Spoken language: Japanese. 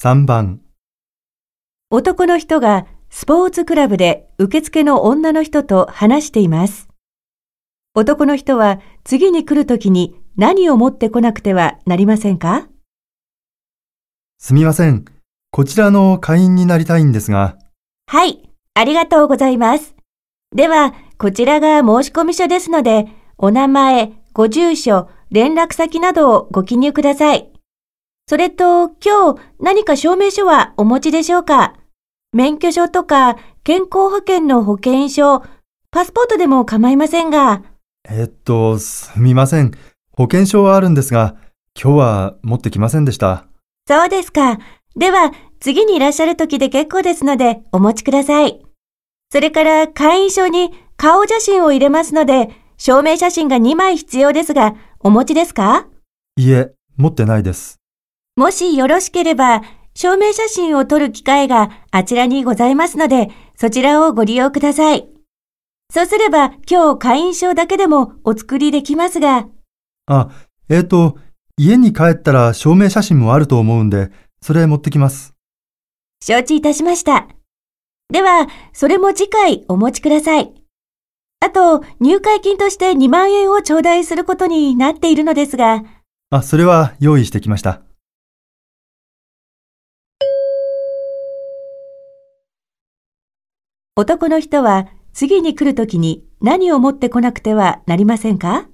3番、 男の人がスポーツクラブで受付の女の人と話しています。男の人は次に来るときに何を持ってこなくてはなりませんか？ すみません。こちらの会員になりたいんですが。 はい、ありがとうございます。では、こちらが申込書ですので、お名前、ご住所、連絡先などをご記入ください。それと、今日何か証明書はお持ちでしょうか？免許証とか健康保険の保険証、パスポートでも構いませんが。 すみません。保険証はあるんですが、今日は持ってきませんでした。 そうですか。では、次にいらっしゃる時で結構ですので、お持ちください。それから会員証に顔写真を入れますので、証明写真が2枚必要ですが、お持ちですか？ いえ、持ってないです。 もしよろしければ、証明写真を撮る機会があちらにございますので、そちらをご利用ください。そうすれば今日会員証だけでもお作りできますが。 あ、家に帰ったら証明写真もあると思うんで、それ持ってきます。 承知いたしました。では、それも次回お持ちください。あと、入会金として2万円を頂戴することになっているのですが。 それは用意してきました。 男の人は次に来るときに何を持ってこなくてはなりませんか？